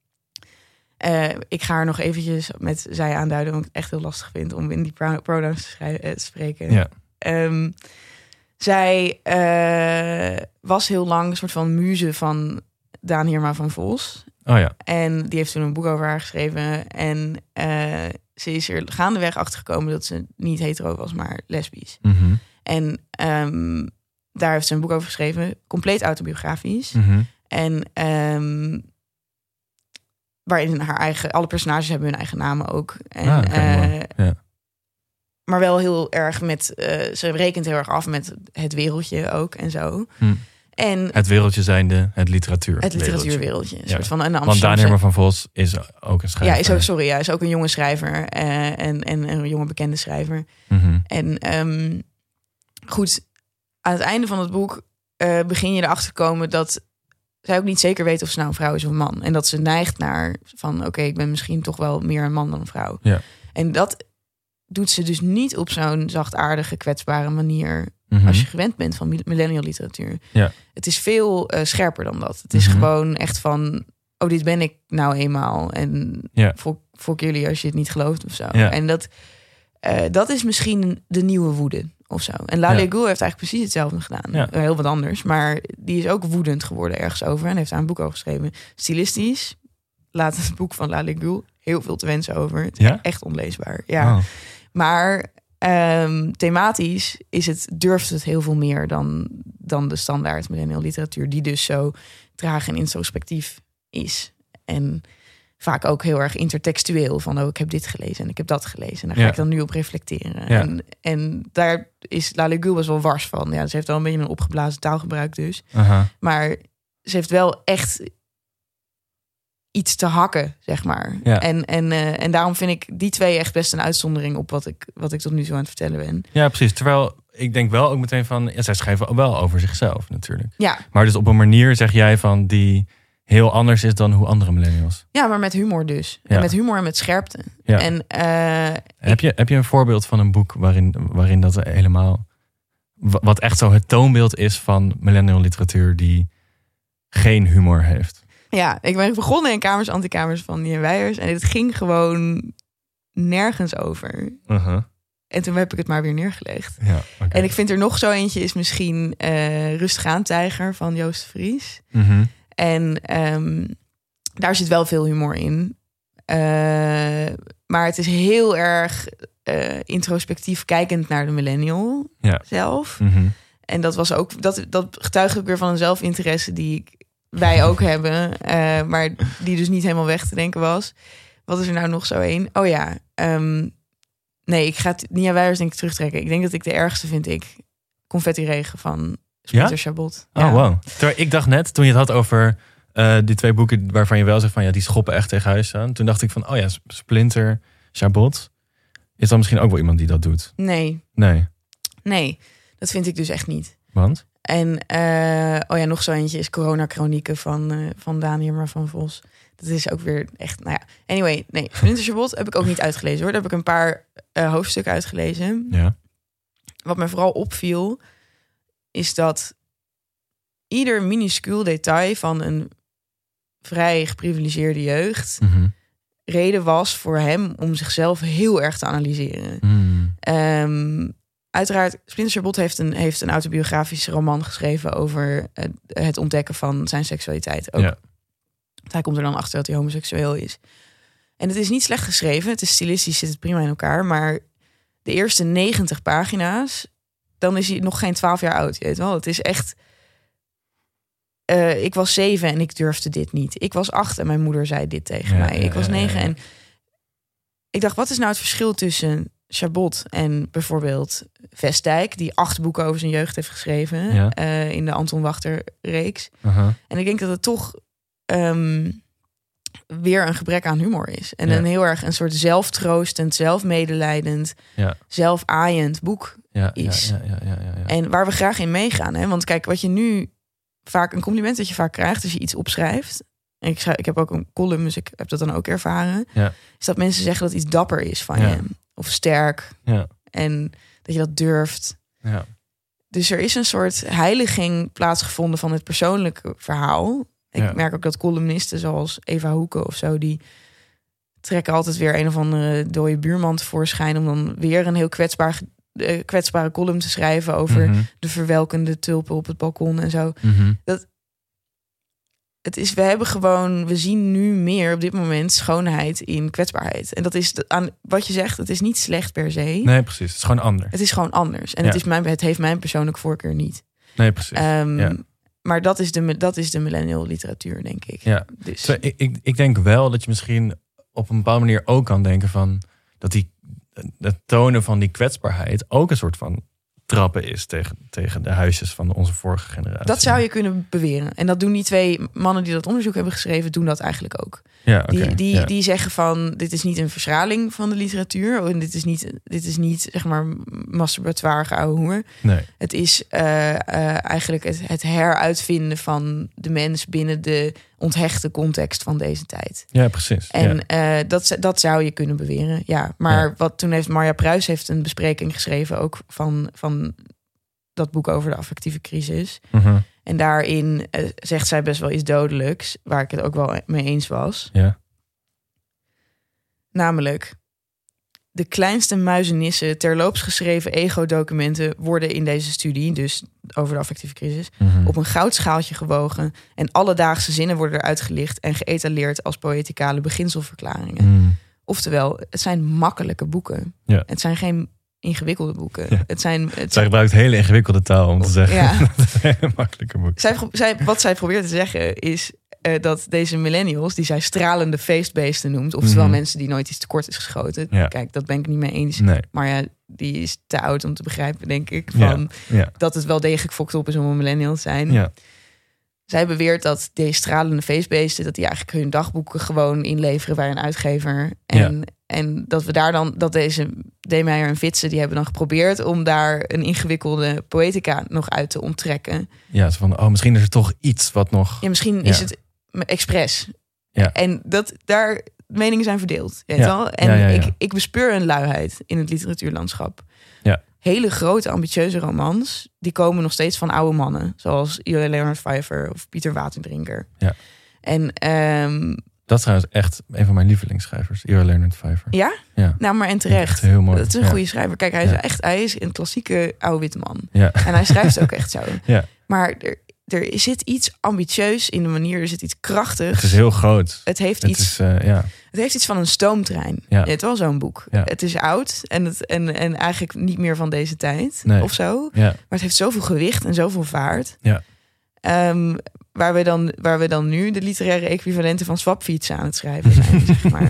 uh, ik ga haar nog eventjes met zij aanduiden, want ik het echt heel lastig vind om in die pro- pronouns te, schrijven, uh, te spreken. Ja. Um, zij uh, was heel lang een soort van muze van Daan Hirma van Vos. Oh ja. En die heeft toen een boek over haar geschreven. En uh, ze is er gaandeweg achter gekomen dat ze niet hetero was, maar lesbisch. Mm-hmm. En um, daar heeft ze een boek over geschreven, compleet autobiografisch. Mm-hmm. En um, waarin haar eigen, alle personages hebben hun eigen namen ook. En, ah, okay, uh, wow. ja. Maar wel heel erg met, uh, ze rekent heel erg af met het wereldje ook en zo. Hm. En het wereldje zijnde het literatuur. Het literatuurwereldje. Een ja. soort van een Want Daan Hirma van Vos is ook een schrijver. Ja, is ook, sorry, ja, is ook een jonge schrijver uh, en, en een jonge bekende schrijver. Mm-hmm. En um, goed, aan het einde van het boek uh, begin je erachter te komen dat zij ook niet zeker weet of ze nou een vrouw is of een man. En dat ze neigt naar van oké, okay, ik ben misschien toch wel meer een man dan een vrouw. Ja. En dat doet ze dus niet op zo'n zachtaardige, kwetsbare manier mm-hmm. als je gewend bent van millennial literatuur. Ja. Het is veel uh, scherper dan dat. Het is mm-hmm. gewoon echt van oh, dit ben ik nou eenmaal. En ja. fok, fok jullie als je het niet gelooft of zo. Ja. En dat, uh, dat is misschien de nieuwe woede of zo. En Lale ja. Gül heeft eigenlijk precies hetzelfde gedaan. Ja. Heel wat anders. Maar die is ook woedend geworden ergens over. En heeft daar een boek over geschreven. Stilistisch laat het boek van Lale Gül heel veel te wensen over. Het is ja? echt onleesbaar. Ja. Oh. Maar um, thematisch is het, durft het heel veel meer dan, dan de standaard millennial literatuur. Die dus zo traag en introspectief is. En vaak ook heel erg intertextueel. Van oh, ik heb dit gelezen en ik heb dat gelezen. En daar ga ja. ik dan nu op reflecteren. Ja. En, en daar is Lale Gül best wel wars van. Ja, ze heeft wel een beetje een opgeblazen taalgebruik dus. Uh-huh. Maar ze heeft wel echt iets te hakken, zeg maar. Ja. En, en, uh, en daarom vind ik die twee echt best een uitzondering op wat ik, wat ik tot nu toe aan het vertellen ben. Ja, precies. Terwijl ik denk wel ook meteen van, ja, zij schrijven wel over zichzelf natuurlijk. Ja. Maar dus op een manier zeg jij van die heel anders is dan hoe andere millennials. Ja, maar met humor dus. Ja. En met humor en met scherpte. Ja. En uh, heb, ik, je, heb je een voorbeeld van een boek waarin, waarin dat helemaal, wat echt zo het toonbeeld is van millennial literatuur die geen humor heeft? Ja, ik ben begonnen in Kamers Antikamers van Nien Weijers. En het ging gewoon nergens over. Uh-huh. En toen heb ik het maar weer neergelegd. Ja, okay. En ik vind er nog zo eentje is misschien uh, Rustig aan Tijger van Joost de Vries. Mm-hmm. En um, daar zit wel veel humor in. Uh, maar het is heel erg uh, introspectief kijkend naar de millennial ja. zelf. Mm-hmm. En dat was ook dat, dat getuigt ook weer van een zelfinteresse die ik, wij ook hebben. Uh, maar die dus niet helemaal weg te denken was. Wat is er nou nog zo een? Oh ja, um, nee, ik ga het Nia Weijers denk ik terugtrekken. Ik denk dat ik de ergste vind ik Confetti Regen van Splinter ja? Chabot. Oh, ja. wow. Terwijl ik dacht net, toen je het had over uh, die twee boeken waarvan je wel zegt van ja, die schoppen echt tegen huis aan. Toen dacht ik van, oh ja, Splinter Chabot. Is dan misschien ook wel iemand die dat doet? Nee. Nee. Nee, dat vind ik dus echt niet. Want? En uh, oh ja, nog zo eentje is Corona Chronieken van, uh, van Daan Hirma van Vos. Dat is ook weer echt, nou ja. Anyway, nee, Splinter Chabot heb ik ook niet uitgelezen hoor. Daar heb ik een paar uh, hoofdstukken uitgelezen. Ja. Wat me vooral opviel, is dat ieder minuscuul detail van een vrij geprivilegeerde jeugd Mm-hmm. reden was voor hem om zichzelf heel erg te analyseren. Mm. Um, uiteraard, Splinter Chabot heeft een, heeft een autobiografische roman geschreven over uh, het ontdekken van zijn seksualiteit. Ook. Ja. Hij komt er dan achter dat hij homoseksueel is. En het is niet slecht geschreven. Het is stilistisch, zit het prima in elkaar. Maar de eerste negentig pagina's, dan is hij nog geen twaalf jaar oud. Je weet wel, het is echt... Uh, ik was zeven en ik durfde dit niet. Ik was acht en mijn moeder zei dit tegen ja, mij. Ik was ja, ja, negen ja. en ik dacht, wat is nou het verschil tussen Chabot en bijvoorbeeld Vestdijk, die acht boeken over zijn jeugd heeft geschreven Ja. uh, in de Anton Wachter reeks. Uh-huh. En ik denk dat het toch um, weer een gebrek aan humor is. En Ja. een heel erg een soort zelftroostend, zelfmedelijdend, Ja. zelfaaiend boek Ja, is. ja, ja, ja, ja, ja. En waar we graag in meegaan. Hè? Want kijk, wat je nu vaak, een compliment dat je vaak krijgt als je iets opschrijft. En ik, schrijf, ik heb ook een column, dus ik heb dat dan ook ervaren. Ja. Is dat mensen zeggen dat iets dapper is van Ja. je. Of sterk. Ja. En dat je dat durft. Ja. Dus er is een soort heiliging plaatsgevonden van het persoonlijke verhaal. Ik Ja. merk ook dat columnisten zoals Eva Hoeken of zo, die trekken altijd weer een of andere dode buurman tevoorschijn om dan weer een heel kwetsbaar, uh, kwetsbare column te schrijven over Mm-hmm. de verwelkende tulpen op het balkon en zo. Mm-hmm. Het is, we hebben gewoon, we zien nu meer op dit moment schoonheid in kwetsbaarheid. En dat is de, aan wat je zegt, het is niet slecht per se. Nee, precies. Het is gewoon anders. Het is gewoon anders. En Ja. het, is mijn, het heeft mijn persoonlijke voorkeur niet. Nee, precies. Um, Ja. Maar dat is, de, dat is de millennial literatuur, denk ik. Ja. Dus, Zo, ik, ik, ik denk wel dat je misschien op een bepaalde manier ook kan denken van dat die het tonen van die kwetsbaarheid ook een soort van trappen is tegen, tegen de huisjes van onze vorige generatie. dat zou je kunnen beweren. En dat doen die twee mannen die dat onderzoek hebben geschreven, doen dat eigenlijk ook. Ja, oké. Die, die, ja. die zeggen van, dit is niet een verschraling van de literatuur. En dit is niet, dit is niet zeg maar masturbatoire geouwe hoer. Nee. Het is uh, uh, eigenlijk het, het heruitvinden van de mens binnen de onthechte context van deze tijd. Ja, precies. En ja. uh, dat, dat zou je kunnen beweren, ja. Maar Ja. wat toen heeft Marja Pruis heeft een bespreking geschreven ook van, van dat boek over de affectieve crisis. Uh-huh. En daarin uh, zegt zij best wel iets dodelijks, waar ik het ook wel mee eens was. Ja. Namelijk, de kleinste muizenissen terloops geschreven ego-documenten worden in deze studie, dus over de affectieve crisis, Uh-huh. op een goudschaaltje gewogen en alledaagse zinnen worden eruit gelicht en geëtaleerd als poëticale beginselverklaringen. Mm. Oftewel, het zijn makkelijke boeken. Ja. Het zijn geen ingewikkelde boeken. Ja. Het zijn, het Zij gebruikt hele ingewikkelde taal om te zeggen. Ja. Dat is een hele makkelijke boek. zij, zij, wat zij probeert te zeggen is uh, dat deze millennials, die zij stralende feestbeesten noemt, oftewel Mhm. mensen die nooit iets tekort is geschoten. Ja. Kijk, dat ben ik niet mee eens. Nee. Maar ja, die is te oud om te begrijpen, denk ik, Ja. van Ja. dat het wel degelijk fokt op is om een millennial te zijn. Ja. Zij beweert dat deze stralende feestbeesten, dat die eigenlijk hun dagboeken gewoon inleveren bij een uitgever. En, en dat we daar dan, dat deze Deemeyer en Vitsen, die hebben dan geprobeerd om daar een ingewikkelde poëtica nog uit te onttrekken. Ja, zo van, oh, misschien is er toch iets wat nog... Ja, misschien is Ja. het expres. Ja. En dat daar meningen zijn verdeeld. Weet Ja. wel? En Ja, ja, ja. Ik, ik bespeur een luiheid in het literatuurlandschap. Ja. Hele grote, ambitieuze romans, die komen nog steeds van oude mannen. Zoals Leonard Pfeiffer of Pieter Waterdrinker. Ja. En um, Dat is trouwens echt een van mijn lievelingsschrijvers. Ira Leonard Pfeiffer. ja? Ja. Nou, maar en terecht. Echt heel mooi. Dat is een Ja. goede schrijver. Kijk, hij is Ja. echt, hij is een klassieke oude witte man. Ja. En hij schrijft ook echt zo. Ja. Maar er, er zit iets ambitieus in de manier, er zit iets krachtigs. Het is heel groot. Het heeft Het iets. is, uh, ja. Het heeft iets van een stoomtrein. Ja. Je hebt wel zo'n boek. Ja. Het is oud en, het, en, en eigenlijk niet meer van deze tijd Nee. of zo. Ja. Maar het heeft zoveel gewicht en zoveel vaart. Ja. Um, waar, we dan, waar we dan nu de literaire equivalenten van swapfietsen aan het schrijven zijn. zeg maar.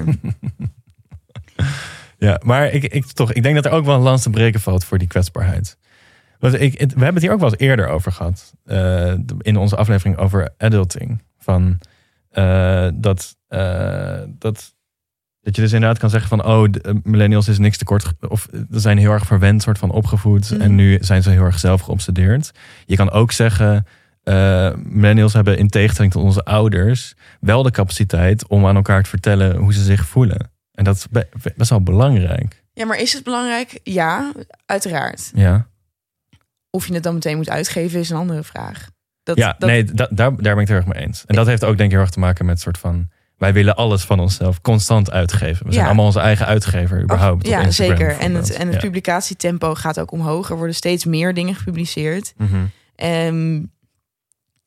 Ja, maar ik, ik, toch, ik denk dat er ook wel een lans te breken valt voor die kwetsbaarheid. Want ik, het, we hebben het hier ook wel eens eerder over gehad. Uh, in onze aflevering over adulting. Van uh, dat, uh, dat, dat je dus inderdaad kan zeggen van... oh, de millennials is niks tekort... of ze zijn heel erg verwend, soort van opgevoed... Mm. en nu zijn ze heel erg zelf geobsedeerd. Je kan ook zeggen... Uh, millennials hebben in tegenstelling tot onze ouders... wel de capaciteit om aan elkaar te vertellen hoe ze zich voelen. En dat is be- best wel belangrijk. Ja, maar is het belangrijk? Ja, uiteraard. Ja, Of je het dan meteen moet uitgeven is een andere vraag. Dat, ja dat, nee, da- daar, daar ben ik het heel erg mee eens. En dat heeft ook denk ik heel erg te maken met soort van... wij willen alles van onszelf constant uitgeven. We zijn Ja. allemaal onze eigen uitgever überhaupt. Oh, ja, op Instagram zeker. En het, bijvoorbeeld. en het Ja. publicatietempo gaat ook omhoog. Er worden steeds meer dingen gepubliceerd. Mhm. Um,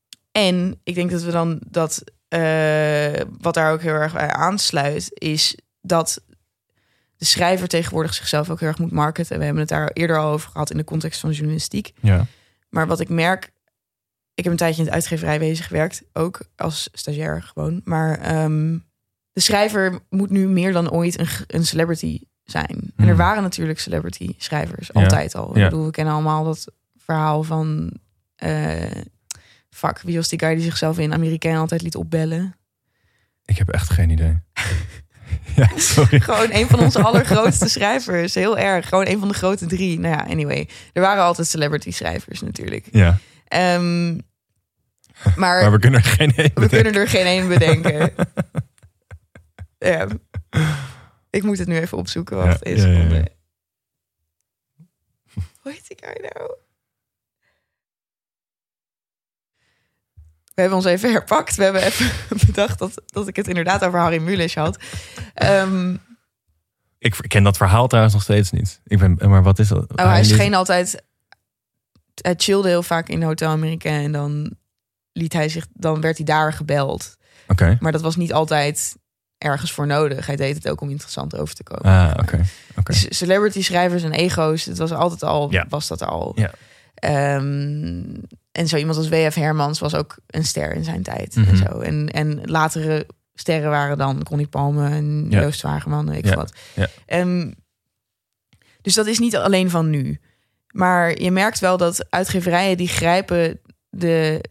en ik denk dat we dan dat uh, wat daar ook heel erg bij aansluit, is dat de schrijver tegenwoordig zichzelf ook heel erg moet marketen. We hebben het daar eerder al over gehad in de context van journalistiek. Ja. Maar wat ik merk, ik heb een tijdje in het uitgeverijwezen gewerkt, ook als stagiair gewoon. Maar um, de schrijver moet nu meer dan ooit een, een celebrity zijn. Mm. En er waren natuurlijk celebrity schrijvers, altijd ja. al. Ja. Ik bedoel, we kennen allemaal dat verhaal van... Uh, fuck, wie was die guy die zichzelf in Amerikaan altijd liet opbellen? Ik heb echt geen idee. Ja, sorry. Gewoon een van onze allergrootste schrijvers. Heel erg. Gewoon een van de grote drie. Nou ja, anyway. Er waren altijd celebrity schrijvers natuurlijk. Ja. Um, maar, maar we kunnen er geen één bedenken. We kunnen er geen één bedenken. Ja. Ik moet het nu even opzoeken. Wacht, ja, één ja, seconde. Ja, ja. Hoe heet die guy nou? We hebben ons even herpakt. We hebben even bedacht dat, dat ik het inderdaad over Harry Mulisch had. Um, ik ken dat verhaal trouwens nog steeds niet. Ik ben, maar wat is dat? Oh, hij scheen altijd... Hij chillde heel vaak in Hotel Americain en dan liet hij zich, dan werd hij daar gebeld. Oké. Okay. Maar dat was niet altijd ergens voor nodig. Hij deed het ook om interessant over te komen. Ah, oké. Okay. Okay. Dus celebrity schrijvers en ego's, het was altijd al, ja. was dat al. Ja. Um, en zo iemand als W F Hermans was ook een ster in zijn tijd. Mm-hmm. En, zo. En, en latere sterren waren dan Connie Palme en ja. Joost Wageman, weet ik ja. wat. Ja. Um, dus dat is niet alleen van nu. Maar je merkt wel dat uitgeverijen die grijpen de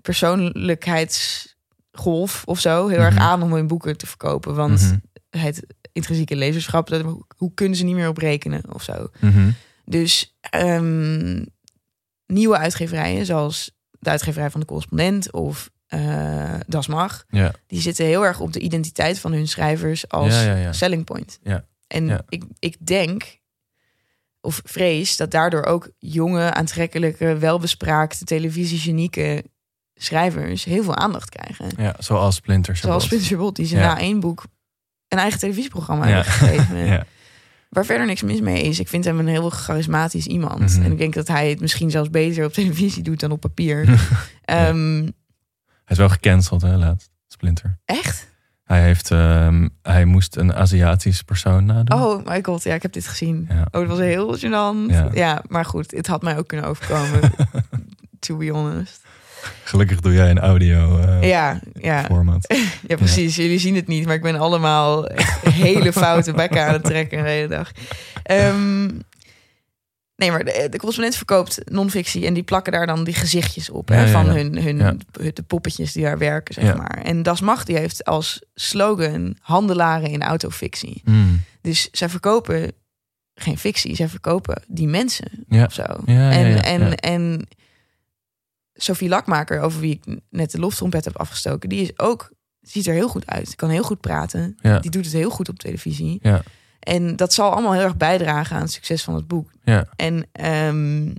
persoonlijkheidsgolf of zo heel mm-hmm. erg aan om hun boeken te verkopen. Want mm-hmm. het intrinsieke lezerschap, dat, hoe kunnen ze niet meer op rekenen of zo. Mm-hmm. Dus um, nieuwe uitgeverijen, zoals de uitgeverij van de Correspondent of uh, Das Mag, ja. die zitten heel erg op de identiteit van hun schrijvers als ja, ja, ja. selling point. Ja. En ja. ik, ik denk, of vrees, dat daardoor ook jonge, aantrekkelijke, welbespraakte, televisiegenieke schrijvers heel veel aandacht krijgen. Ja, zoals Splinter Chabot. Zoals Splinter Chabot, die ze ja. na één boek een eigen televisieprogramma ja. hebben gegeven. ja. Waar verder niks mis mee is. Ik vind hem een heel charismatisch iemand. Mm-hmm. En ik denk dat hij het misschien zelfs beter op televisie doet dan op papier. ja. um, hij is wel gecanceld, hè, laatst. Splinter. Echt? Hij, heeft, um, hij moest een Aziatisch persoon nadoen. Oh my god, ja, ik heb dit gezien. Ja. Oh, dat was heel gênant. Ja. ja, maar goed, het had mij ook kunnen overkomen. To be honest. Gelukkig doe jij een audio uh, ja, ja. format. ja, precies. Ja. Jullie zien het niet, maar ik ben allemaal echt hele foute bekken aan het trekken de hele dag. Um, nee, maar de, de Correspondent verkoopt non-fictie en die plakken daar dan die gezichtjes op. Ja, hè, ja, van ja. hun, hun ja. de poppetjes die daar werken, zeg ja. maar. En Das Mag, die heeft als slogan handelaren in autofictie. Mm. Dus zij verkopen geen fictie, zij verkopen die mensen ja. of zo. Ja, en, ja, ja, en, ja. en Sophie Lakmaker, over wie ik net de loftrompet heb afgestoken, die is ook, ziet er heel goed uit. Kan heel goed praten. Ja. Die doet het heel goed op televisie. Ja. En dat zal allemaal heel erg bijdragen aan het succes van het boek. Ja. En um,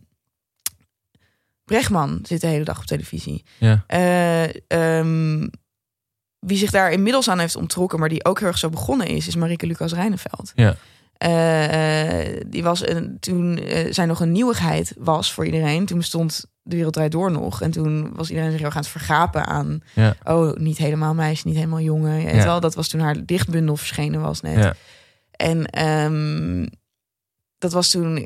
Bregman zit de hele dag op televisie. Ja. Uh, um, wie zich daar inmiddels aan heeft onttrokken, maar die ook heel erg zo begonnen is, is Marieke Lucas Reineveld. Ja. Uh, uh, die was een, toen uh, zij nog een nieuwigheid was voor iedereen. Toen bestond De Wereld Draait Door nog. En toen was iedereen zich heel erg aan het vergapen aan... Ja. Oh, niet helemaal meisje, niet helemaal jongen. Ja. Wel, dat was toen haar dichtbundel verschenen was net. Ja. En um, dat was toen...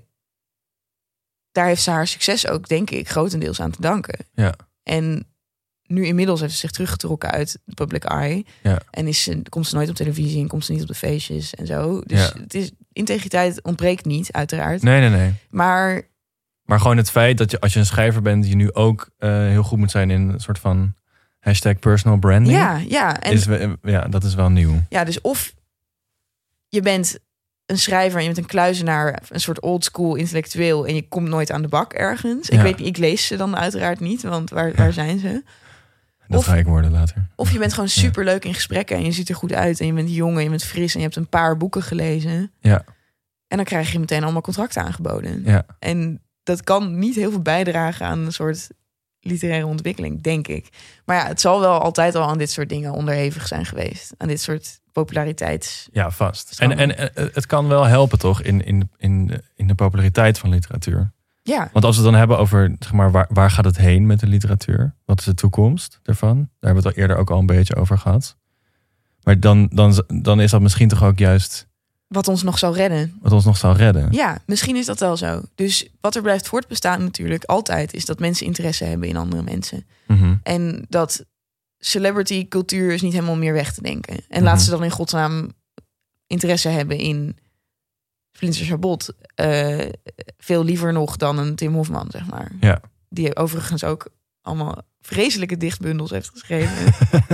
Daar heeft ze haar succes ook, denk ik, grotendeels aan te danken. Ja. En nu inmiddels heeft ze zich teruggetrokken uit de public eye. Ja. En is ze, komt ze nooit op televisie en komt ze niet op de feestjes en zo. Dus ja. het is, integriteit ontbreekt niet, uiteraard. Nee, nee, nee. Maar... Maar gewoon het feit dat je, als je een schrijver bent, je nu ook uh, heel goed moet zijn in een soort van hashtag personal branding. Ja, ja. En, is, ja, dat is wel nieuw. Ja, dus of je bent een schrijver en je bent een kluizenaar, een soort old school intellectueel en je komt nooit aan de bak ergens. Ja. Ik weet niet, ik lees ze dan uiteraard niet, want waar, waar zijn ze? Dat of, ga ik worden later. Of je bent gewoon superleuk in gesprekken en je ziet er goed uit en je bent jong en je bent fris en je hebt een paar boeken gelezen. Ja. En dan krijg je meteen allemaal contracten aangeboden. Ja. En dat kan niet heel veel bijdragen aan een soort literaire ontwikkeling, denk ik. Maar ja, het zal wel altijd al aan dit soort dingen onderhevig zijn geweest. Aan dit soort populariteits... Ja, vast. En, en, en het kan wel helpen, toch, in, in, in, in de populariteit van literatuur. Ja. Want als we het dan hebben over, zeg maar, waar, waar gaat het heen met de literatuur? Wat is de toekomst ervan? Daar hebben we het al eerder ook al een beetje over gehad. Maar dan, dan, dan is dat misschien toch ook juist wat ons nog zal redden. Wat ons nog zal redden. Ja, misschien is dat wel zo. Dus wat er blijft voortbestaan natuurlijk altijd... is dat mensen interesse hebben in andere mensen. Mm-hmm. En dat celebrity cultuur is niet helemaal meer weg te denken. En Mm-hmm. laat ze dan in godsnaam interesse hebben in Flinter Chabot. Uh, veel liever nog dan een Tim Hofman, zeg maar. Ja. Die overigens ook allemaal vreselijke dichtbundels heeft geschreven.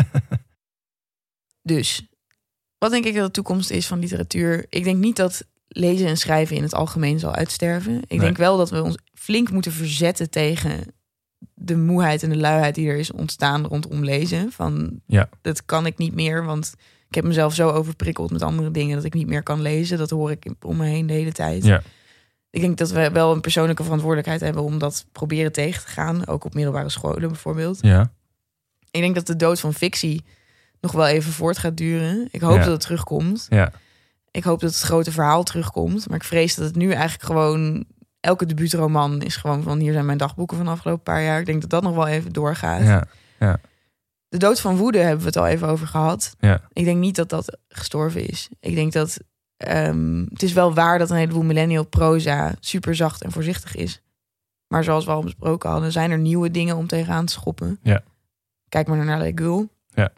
Dus, wat denk ik dat de toekomst is van literatuur? Ik denk niet dat lezen en schrijven in het algemeen zal uitsterven. Ik Nee. denk wel dat we ons flink moeten verzetten tegen de moeheid en de luiheid die er is ontstaan rondom lezen. Van, Ja. dat kan ik niet meer, want ik heb mezelf zo overprikkeld met andere dingen dat ik niet meer kan lezen. Dat hoor ik om me heen de hele tijd. Ja. Ik denk dat we wel een persoonlijke verantwoordelijkheid hebben om dat proberen tegen te gaan. Ook op middelbare scholen bijvoorbeeld. Ja. Ik denk dat de dood van fictie nog wel even voort gaat duren. Ik hoop Ja. dat het terugkomt. Ja. Ik hoop dat het grote verhaal terugkomt. Maar ik vrees dat het nu eigenlijk gewoon... Elke debuutroman is gewoon van... hier zijn mijn dagboeken van de afgelopen paar jaar. Ik denk dat dat nog wel even doorgaat. Ja. Ja. De dood van woede hebben we het al even over gehad. Ja. Ik denk niet dat dat gestorven is. Ik denk dat... Um, het is wel waar dat een heleboel millennial proza super zacht en voorzichtig is. Maar zoals we al besproken hadden... zijn er nieuwe dingen om tegenaan te schoppen. Ja. Kijk maar naar Le Gul. Ja.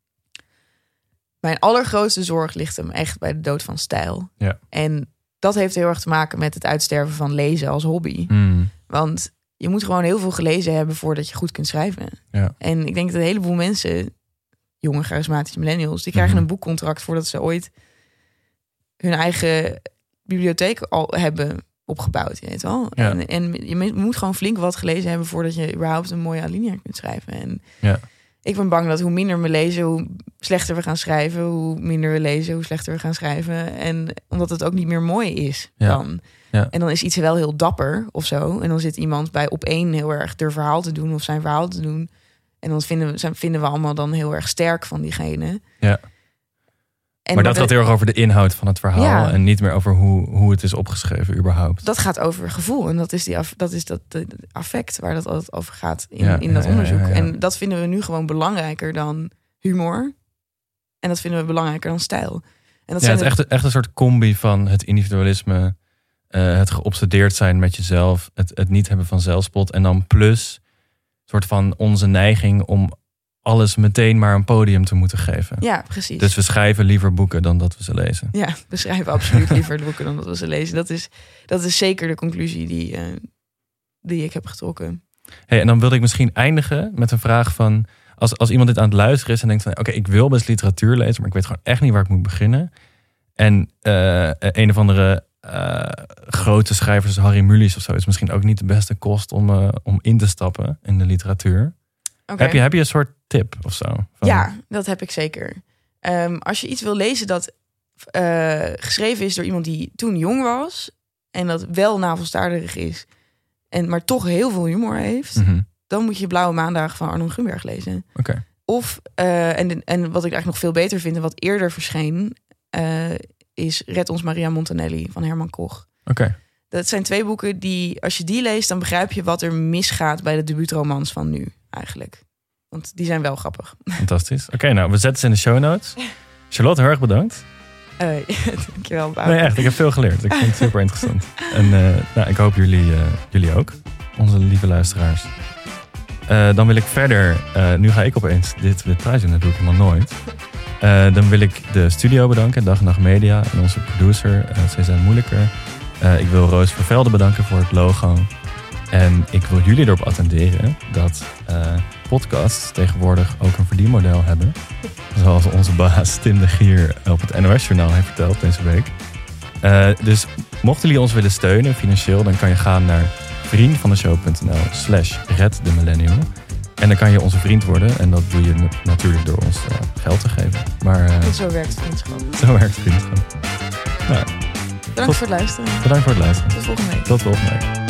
Mijn allergrootste zorg ligt hem echt bij de dood van stijl. Ja. En dat heeft heel erg te maken met het uitsterven van lezen als hobby. Mm. Want je moet gewoon heel veel gelezen hebben voordat je goed kunt schrijven. Ja. En ik denk dat een heleboel mensen, jonge charismatische millennials, die krijgen Mm-hmm. een boekcontract voordat ze ooit hun eigen bibliotheek al hebben opgebouwd. Je weet wel. Ja. En, en je moet gewoon flink wat gelezen hebben voordat je überhaupt een mooie alinea kunt schrijven. En Ja. ik ben bang dat hoe minder we lezen, hoe slechter we gaan schrijven. Hoe minder we lezen, hoe slechter we gaan schrijven. En omdat het ook niet meer mooi is Ja. dan. Ja. En dan is iets wel heel dapper of zo. En dan zit iemand bij op één heel erg er verhaal te doen of zijn verhaal te doen. En dan vinden we, zijn, vinden we allemaal dan heel erg sterk van diegene. Ja. En Maar dat gaat heel erg over de inhoud van het verhaal. Ja. En niet meer over hoe, hoe het is opgeschreven überhaupt. Dat gaat over gevoel. En dat is, die af, dat, is dat de, de affect waar dat altijd over gaat in, Ja, in dat ja, onderzoek. ja, ja, ja. En dat vinden we nu gewoon belangrijker dan humor. En dat vinden we belangrijker dan stijl. En dat Ja, zijn het is echt, echt een soort combi van het individualisme, uh, het geobsedeerd zijn met jezelf, het, het niet hebben van zelfspot. En dan plus een soort van onze neiging om alles meteen maar een podium te moeten geven. Ja, precies. Dus we schrijven liever boeken dan dat we ze lezen. Ja, we schrijven absoluut liever de boeken dan dat we ze lezen. Dat is, dat is zeker de conclusie die, uh, die ik heb getrokken. Hey, en dan wilde ik misschien eindigen met een vraag van, als, als iemand dit aan het luisteren is en denkt van, oké, okay, ik wil best literatuur lezen, maar ik weet gewoon echt niet waar ik moet beginnen. En uh, een of andere uh, grote schrijvers, Harry Mulisch of zo, is misschien ook niet de beste kost om, uh, om in te stappen in de literatuur. Okay. Heb je, heb je een soort tip of zo? Van... Ja, dat heb ik zeker. Um, als je iets wil lezen dat uh, geschreven is door iemand die toen jong was en dat wel navelstaarderig is en maar toch heel veel humor heeft, Mm-hmm. dan moet je Blauwe Maandagen van Arnon Grunberg lezen. Oké. Okay. Of uh, en, en wat ik eigenlijk nog veel beter vind en wat eerder verscheen, uh, is Red ons Maria Montanelli van Herman Koch. Oké. Okay. Dat zijn twee boeken die, als je die leest, dan begrijp je wat er misgaat bij de debuutromans van nu eigenlijk. Want die zijn wel grappig. Fantastisch. Oké, okay, nou, we zetten ze in de show notes. Charlotte, heel erg bedankt. Uh, dankjewel, Bouw. Nee, echt. Ik heb veel geleerd. Ik vond het super interessant. En uh, nou, ik hoop jullie, uh, jullie ook. Onze lieve luisteraars. Uh, dan wil ik verder... Uh, nu ga ik opeens dit met prijs doen. Dat doe ik helemaal nooit. Uh, dan wil ik de studio bedanken. Dag en Nacht Media. En onze producer, uh, Cezanne Moeilijker. Uh, ik wil Roos Vervelde bedanken voor het logo. En ik wil jullie erop attenderen dat uh, podcasts tegenwoordig ook een verdienmodel hebben. Zoals onze baas Tim de Gier op het N O S-journaal heeft verteld deze week. Uh, dus mochten jullie ons willen steunen financieel, dan kan je gaan naar vriendvandeshow.nl slash red de millennial. En dan kan je onze vriend worden. En dat doe je natuurlijk door ons uh, geld te geven. Maar uh, zo werkt vriendschap. Zo werkt vriendschap. Nou, bedankt tot, voor het luisteren. Bedankt voor het luisteren. Tot volgende week. Tot volgende week.